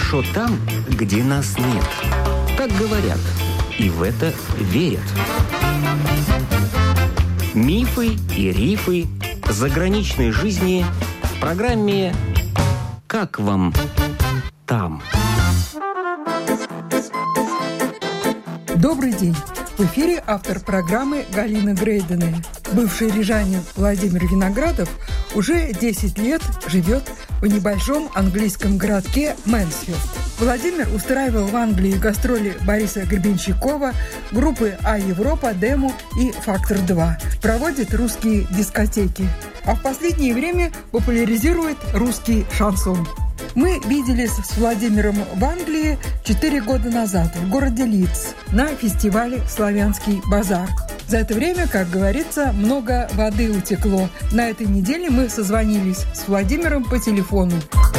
хорошо там, где нас нет. Так говорят, и в это верят. Мифы и рифы заграничной жизни в программе «Как вам там?». Добрый день! В эфире автор программы Галина Грейденая. Бывший рижанин Владимир Виноградов уже 10 лет живет в небольшом английском городке Мэнсфилд. Владимир устраивал в Англии гастроли Бориса Гребенщикова, группы «А Европа», «Демо» и «Фактор-2». Проводит русские дискотеки. А в последнее время популяризирует русский шансон. Мы виделись с Владимиром в Англии 4 года назад в городе Лидс на фестивале «Славянский базар». За это время, как говорится, много воды утекло. На этой неделе мы созвонились с Владимиром по телефону.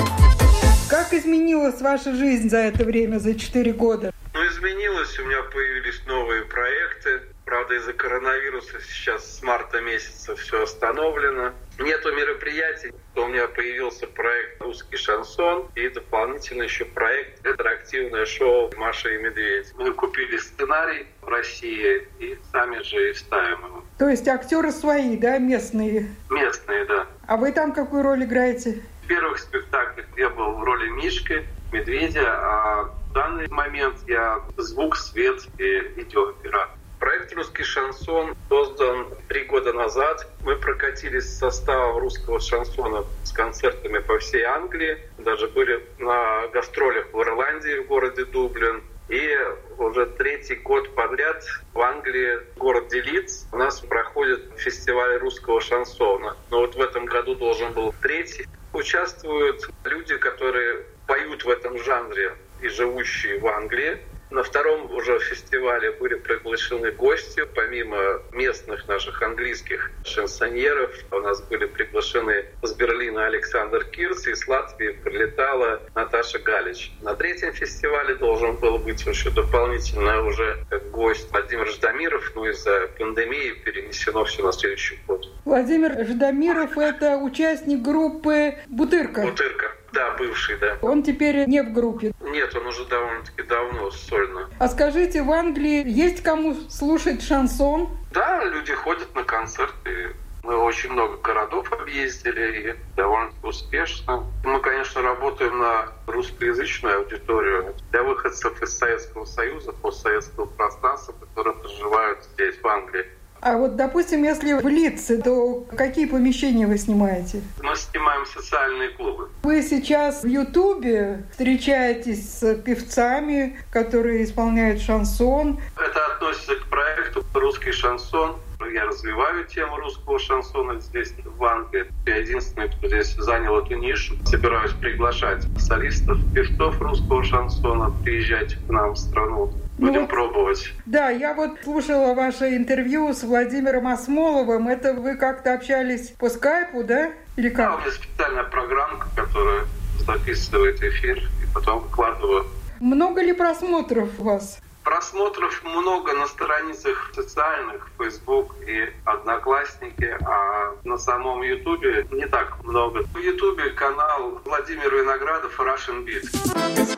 Как изменилась ваша жизнь за это время, за 4 года? Изменилось. У меня появились новые проекты. Правда, из-за коронавируса сейчас с марта месяца все остановлено. Нету мероприятий. У меня появился проект «Русский шансон» и дополнительно еще проект «Интерактивное шоу Маша и Медведь». Мы купили сценарий в России и сами же и ставим его. То есть актеры свои, да, местные? Местные, да. А вы там какую роль играете? В первых спектаклях я был в роли Мишки, Медведя, а в данный момент я звук, свет и видеооператор. Проект «Русский шансон» создан 3 года назад. Мы прокатились с составом русского шансона с концертами по всей Англии. Даже были на гастролях в Ирландии, в городе Дублин. И уже 3-й год подряд в Англии, в городе Лидс, у нас проходит фестиваль русского шансона. Но вот в этом году должен был 3-й. Участвуют люди, которые поют в этом жанре и живущие в Англии. На 2-м уже фестивале были приглашены гости. Помимо местных наших английских шансоньеров, у нас были приглашены с Берлина Александр Кирц, и с Латвии прилетала Наташа Галич. На 3-м фестивале должен был быть еще дополнительно уже как гость Владимир Ждамиров, но из-за пандемии перенесено все на следующий год. Владимир Ждамиров – это участник группы «Бутырка». «Бутырка». Да, бывший, да. Он теперь не в группе? Нет, он уже довольно-таки давно сольно. А скажите, в Англии есть кому слушать шансон? Да, люди ходят на концерты. Мы очень много городов объездили и довольно-таки успешно. Мы, конечно, работаем на русскоязычную аудиторию для выходцев из Советского Союза, постсоветского пространства, которые проживают здесь, в Англии. А вот, допустим, если в Лидсе, то какие помещения вы снимаете? Мы снимаем социальные клубы. Вы сейчас в Ютубе встречаетесь с певцами, которые исполняют шансон. Это относится к проекту «Русский шансон». Я развиваю тему русского шансона здесь, в Англии. Я единственный, кто здесь занял эту нишу. Собираюсь приглашать солистов, певцов русского шансона приезжать к нам в страну. Будем пробовать. Да, я вот слушала ваше интервью с Владимиром Осмоловым. Это вы как-то общались по скайпу, да? Или как? Да, у меня специальная программка, которая записывает эфир и потом выкладываю. Много ли просмотров у вас? Просмотров много на страницах социальных, Facebook и Одноклассники, а на самом Ютубе не так много. В Ютубе канал Владимир Виноградов Russian Beat.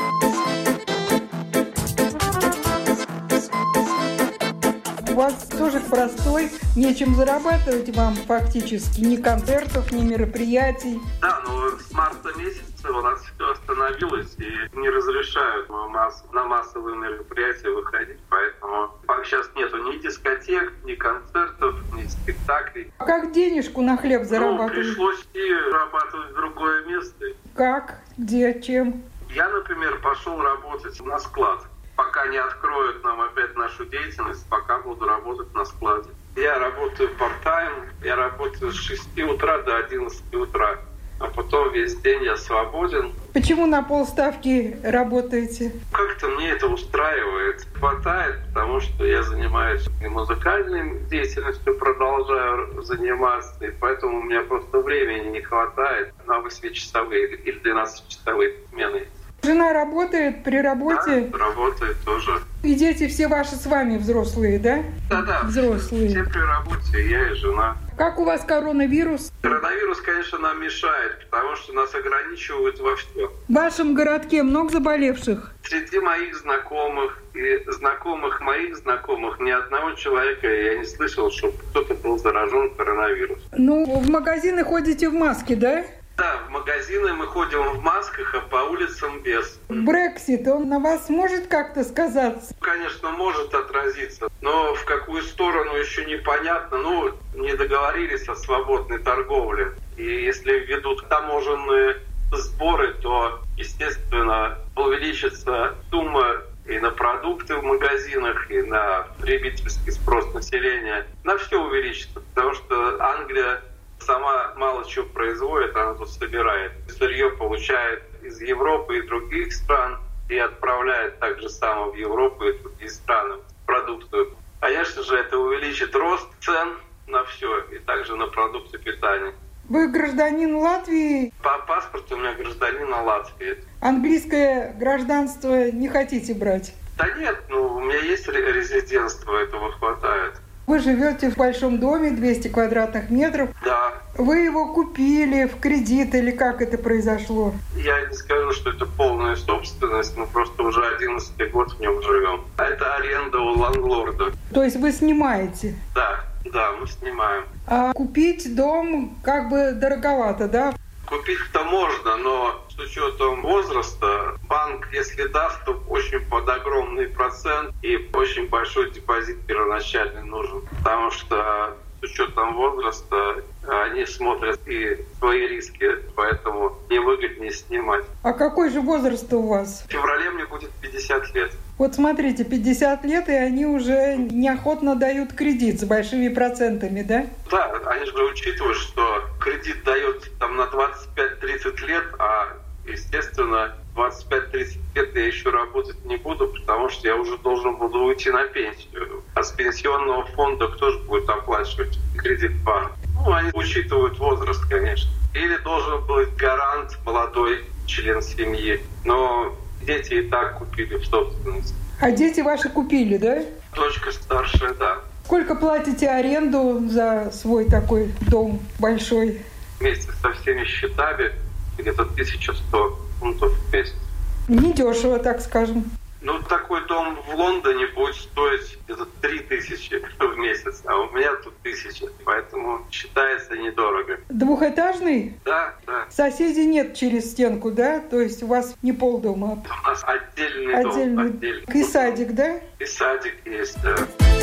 У вас тоже простой, нечем зарабатывать вам фактически, ни концертов, ни мероприятий. Да, но с марта месяца у нас все остановилось и не разрешают на массовые мероприятия выходить, поэтому сейчас нету ни дискотек, ни концертов, ни спектаклей. А как денежку на хлеб зарабатывать? Пришлось идти зарабатывать в другое место. Как? Где? Чем? Я, например, пошел работать на склад. Пока не откроют нам опять нашу деятельность, пока буду работать на складе. Я работаю part-time, я работаю с 6 утра до 11 утра, а потом весь день я свободен. Почему на полставки работаете? Как-то мне это устраивает. Хватает, потому что я занимаюсь и музыкальной деятельностью, продолжаю заниматься, и поэтому у меня просто времени не хватает на 8-часовые или 12-часовые смены. Жена работает при работе? Да, работает тоже. И дети все ваши с вами взрослые, да? Да, взрослые. Все при работе, я и жена. Как у вас коронавирус? Коронавирус, конечно, нам мешает, потому что нас ограничивают во всем. В вашем городке много заболевших? Среди моих знакомых и знакомых моих знакомых ни одного человека я не слышал, чтобы кто-то был заражен коронавирусом. Ну, в магазины ходите в маске, да? Да, в магазины мы ходим в масках, а по улицам без. Брексит, он на вас может как-то сказаться? Конечно, может отразиться, но в какую сторону еще непонятно. Ну, не договорились о свободной торговле. И если введут таможенные сборы, то, естественно, увеличится сумма и на продукты в магазинах, и на потребительский спрос населения. На все увеличится, потому что Англия сама мало чего производит, она тут собирает. Сырье получает из Европы и других стран и отправляет так же само в Европу и другие страны продукты. Конечно же, это увеличит рост цен на все и также на продукты питания. Вы гражданин Латвии? По паспорту у меня гражданин Латвии. Английское гражданство не хотите брать? Да нет, у меня есть резидентство, этого хватает. Вы живете в большом доме, 200 квадратных метров. Да. Вы его купили в кредит или как это произошло? Я не скажу, что это полная собственность, мы просто уже 11-й год в нем живем. А это аренда у лендлорда. То есть вы снимаете? Да, мы снимаем. А купить дом как бы дороговато, да? Купить-то можно, но с учетом возраста банк, если даст, то очень под огромный процент и очень большой депозит первоначальный нужен. Потому что с учетом возраста они смотрят и свои риски, поэтому невыгоднее снимать. А какой же возраст у вас? В феврале мне будет 50 лет. Вот смотрите, 50 лет, и они уже неохотно дают кредит с большими процентами, да? Да, они же учитывают, что кредит дает там на 25-30 лет, а, естественно, 25-30 лет я еще работать не буду, потому что я уже должен буду уйти на пенсию. А с пенсионного фонда кто же будет оплачивать кредит банк? Они учитывают возраст, конечно. Или должен быть гарант, молодой член семьи. Но дети и так купили в собственность. А дети ваши купили, да? Дочка старшая, да. Сколько платите аренду за свой такой дом большой? Вместе со всеми счетами где-то 1100 фунтов в месяц. Недешево, так скажем. Такой дом в Лондоне будет стоить где-то 3000 в месяц, а у меня тут 1000, поэтому считается недорого. Двухэтажный? Да. Соседей нет через стенку, да? То есть у вас не полдома? У нас отдельный дом. Отдельный. И садик, да? И садик есть, да.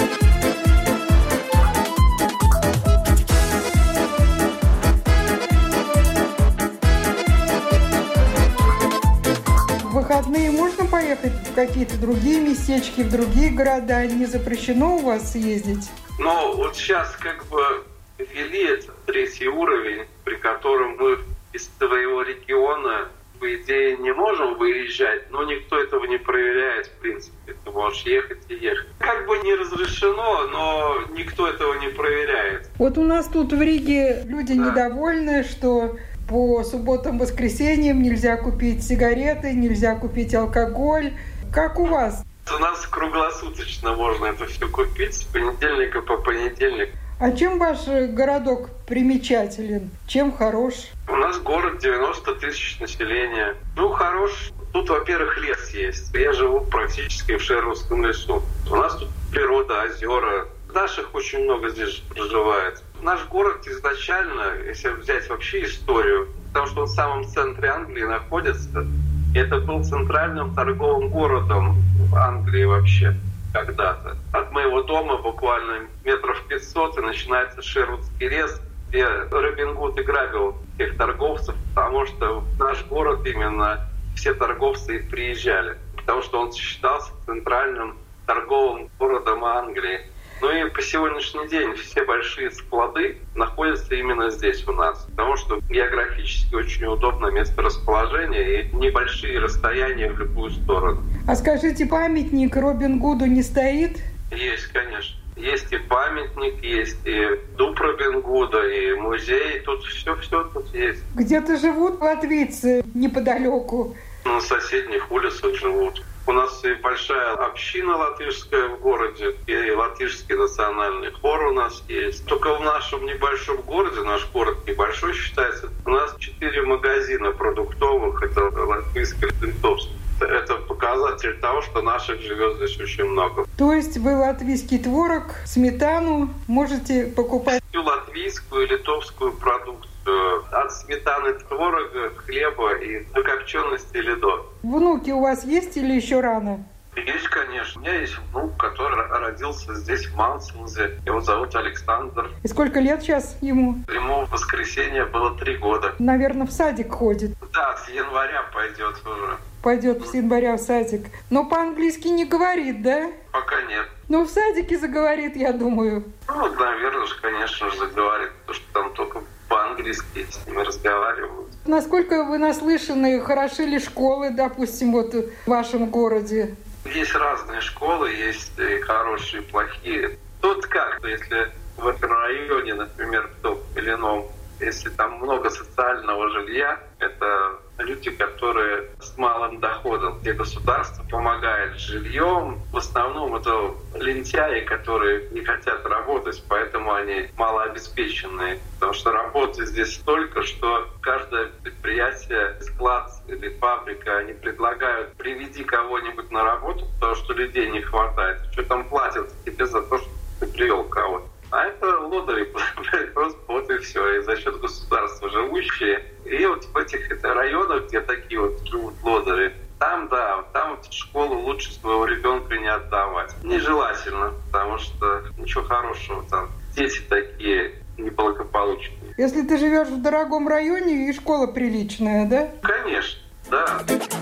В выходные можно поехать в какие-то другие местечки, в другие города? Не запрещено у вас ездить? Вот сейчас ввели этот 3-й уровень, при котором мы из своего региона, по идее, не можем выезжать, но никто этого не проверяет, в принципе. Ты можешь ехать и ехать. Не разрешено, но никто этого не проверяет. Вот у нас тут в Риге люди недовольны, что по субботам-воскресеньям нельзя купить сигареты, нельзя купить алкоголь. Как у вас? У нас круглосуточно можно это все купить с понедельника по понедельник. А чем ваш городок примечателен? Чем хорош? У нас город 90 тысяч населения. Хорош. Тут, во-первых, лес есть. Я живу практически в Шервудском лесу. У нас тут природа, озера. Наших очень много здесь проживает. Наш город изначально, если взять вообще историю, потому что он в самом центре Англии находится, это был центральным торговым городом в Англии вообще когда-то. От моего дома буквально метров 500 и начинается Шервудский лес, где Робин Гуд и грабил тех торговцев, потому что в наш город именно все торговцы и приезжали, потому что он считался центральным торговым городом Англии. И по сегодняшний день все большие склады находятся именно здесь у нас, потому что географически очень удобно месторасположение и небольшие расстояния в любую сторону. А скажите, памятник Робин Гуду не стоит? Есть, конечно. Есть и памятник, есть и дуб Робин Гуда, и музей. Тут все тут есть. Где-то живут латвийцы неподалеку. на соседних улицах живут. У нас и большая община латышская в городе, и латышский национальный хор у нас есть. Только в нашем небольшом городе, наш город небольшой считается, у нас 4 магазина продуктовых, это латвийский и литовский. Это показатель того, что наших живет здесь очень много. То есть вы латвийский творог, сметану можете покупать? Всю латвийскую и литовскую продукцию. От сметаны, творога, хлеба и до копчености льдов. Внуки у вас есть или еще рано? Есть, конечно. У меня есть внук, который родился здесь, в Мансензе. Его зовут Александр. И сколько лет сейчас ему? Ему в воскресенье было 3 года. Наверное, в садик ходит. Да, с января пойдет уже. Пойдет с января в садик. Но по-английски не говорит, да? Пока нет. Но в садике заговорит, я думаю. Ну, наверное, конечно же, заговорит, потому что там только по-английски с ними разговаривают. Насколько вы наслышаны, хороши ли школы, допустим, вот в вашем городе? Есть разные школы, есть и хорошие, и плохие. Тут как, если в этом районе, например, в том или ином, если там много социального жилья, это люди, которые с малым доходом, где государство помогает с жильем. В основном это лентяи, которые не хотят работать, поэтому они малообеспеченные. Потому что работы здесь столько, что каждое предприятие, склад или фабрика, они предлагают: приведи кого-нибудь на работу, потому что людей не хватает. Что там платят тебе за то, что ты привел кого-то? А это лодыри, просто вот и все. И за счет государства живущие. И вот в этих районах, где такие вот живут лодыри, там, да, там вот в школу лучше своего ребенка не отдавать. Нежелательно, потому что ничего хорошего там. Дети такие неблагополучные. Если ты живешь в дорогом районе и школа приличная, да? Конечно, да.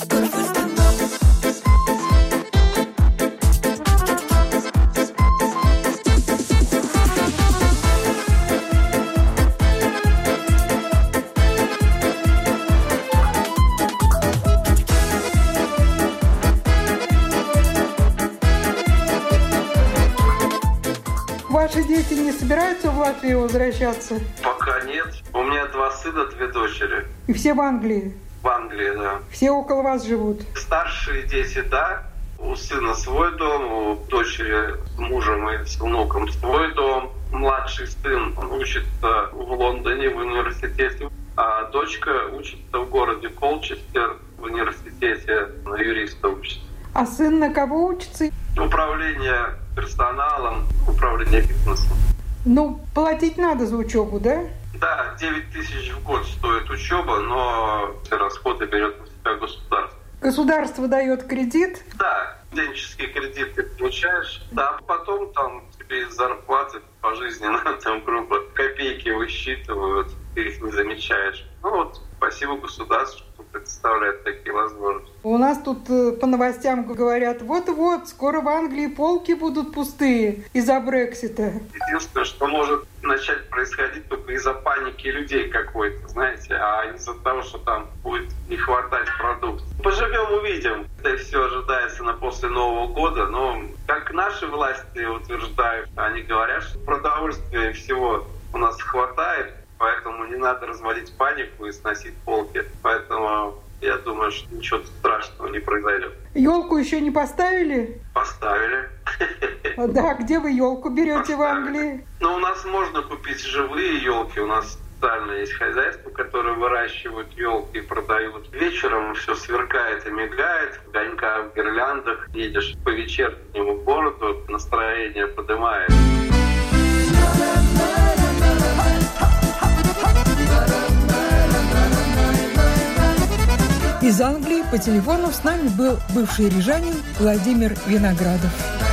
Ваши дети не собираются в Латвию возвращаться? Пока нет. У меня 2 сына, 2 дочери. И все в Англии? В Англии, да. Все около вас живут? Старшие дети, да. У сына свой дом, у дочери с мужем и с внуком свой дом. Младший сын учится в Лондоне в университете, а дочка учится в городе Колчестер в университете, на юриста учится. А сын на кого учится? Управление персоналом, управление бизнесом. Ну, платить надо за учебу, да? Да, 9 тысяч в год стоит учеба, но все расходы берет на себя государство. Государство дает кредит? Да, студенческий кредит ты получаешь, да, потом там тебе из зарплаты пожизненно, там, грубо, копейки высчитывают, ты их не замечаешь. Ну вот, спасибо государству, что предоставляет такие возможности. У нас тут по новостям говорят, вот-вот, скоро в Англии полки будут пустые из-за Брексита. Единственное, что может начать происходить только из-за паники людей какой-то, знаете, а из-за того, что там будет не хватать продуктов. Поживем, увидим. Это все ожидается на после Нового года, но как наши власти утверждают, они говорят, что продовольствия всего у нас хватает, поэтому не надо разводить панику и сносить полки. Поэтому я думаю, что ничего страшного не произойдет. Елку еще не поставили? Поставили. Да, где вы елку берете в Англии? Ну, у нас можно купить живые елки. У нас специально есть хозяйство, которое выращивают елки и продают. Вечером все сверкает и мигает, в огоньках, в гирляндах. Едешь по вечернему городу, настроение поднимает. Из Англии по телефону с нами был бывший рижанин Владимир Виноградов.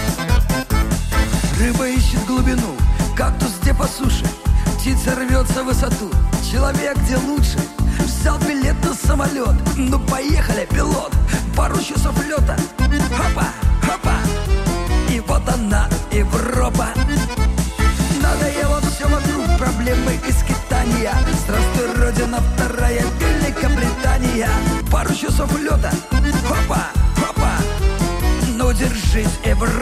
Рыба ищет глубину, кактус где по суше, птица рвется в высоту, человек где лучше. Взял билет на самолет, ну поехали, пилот, пару часов лета, хопа, хопа, и вот она, Европа. Надоело все вокруг, проблемы и скитания. Здравствуй, родина вторая, Великобритания. Пару часов лета, хопа, хопа, ну держись, Европа.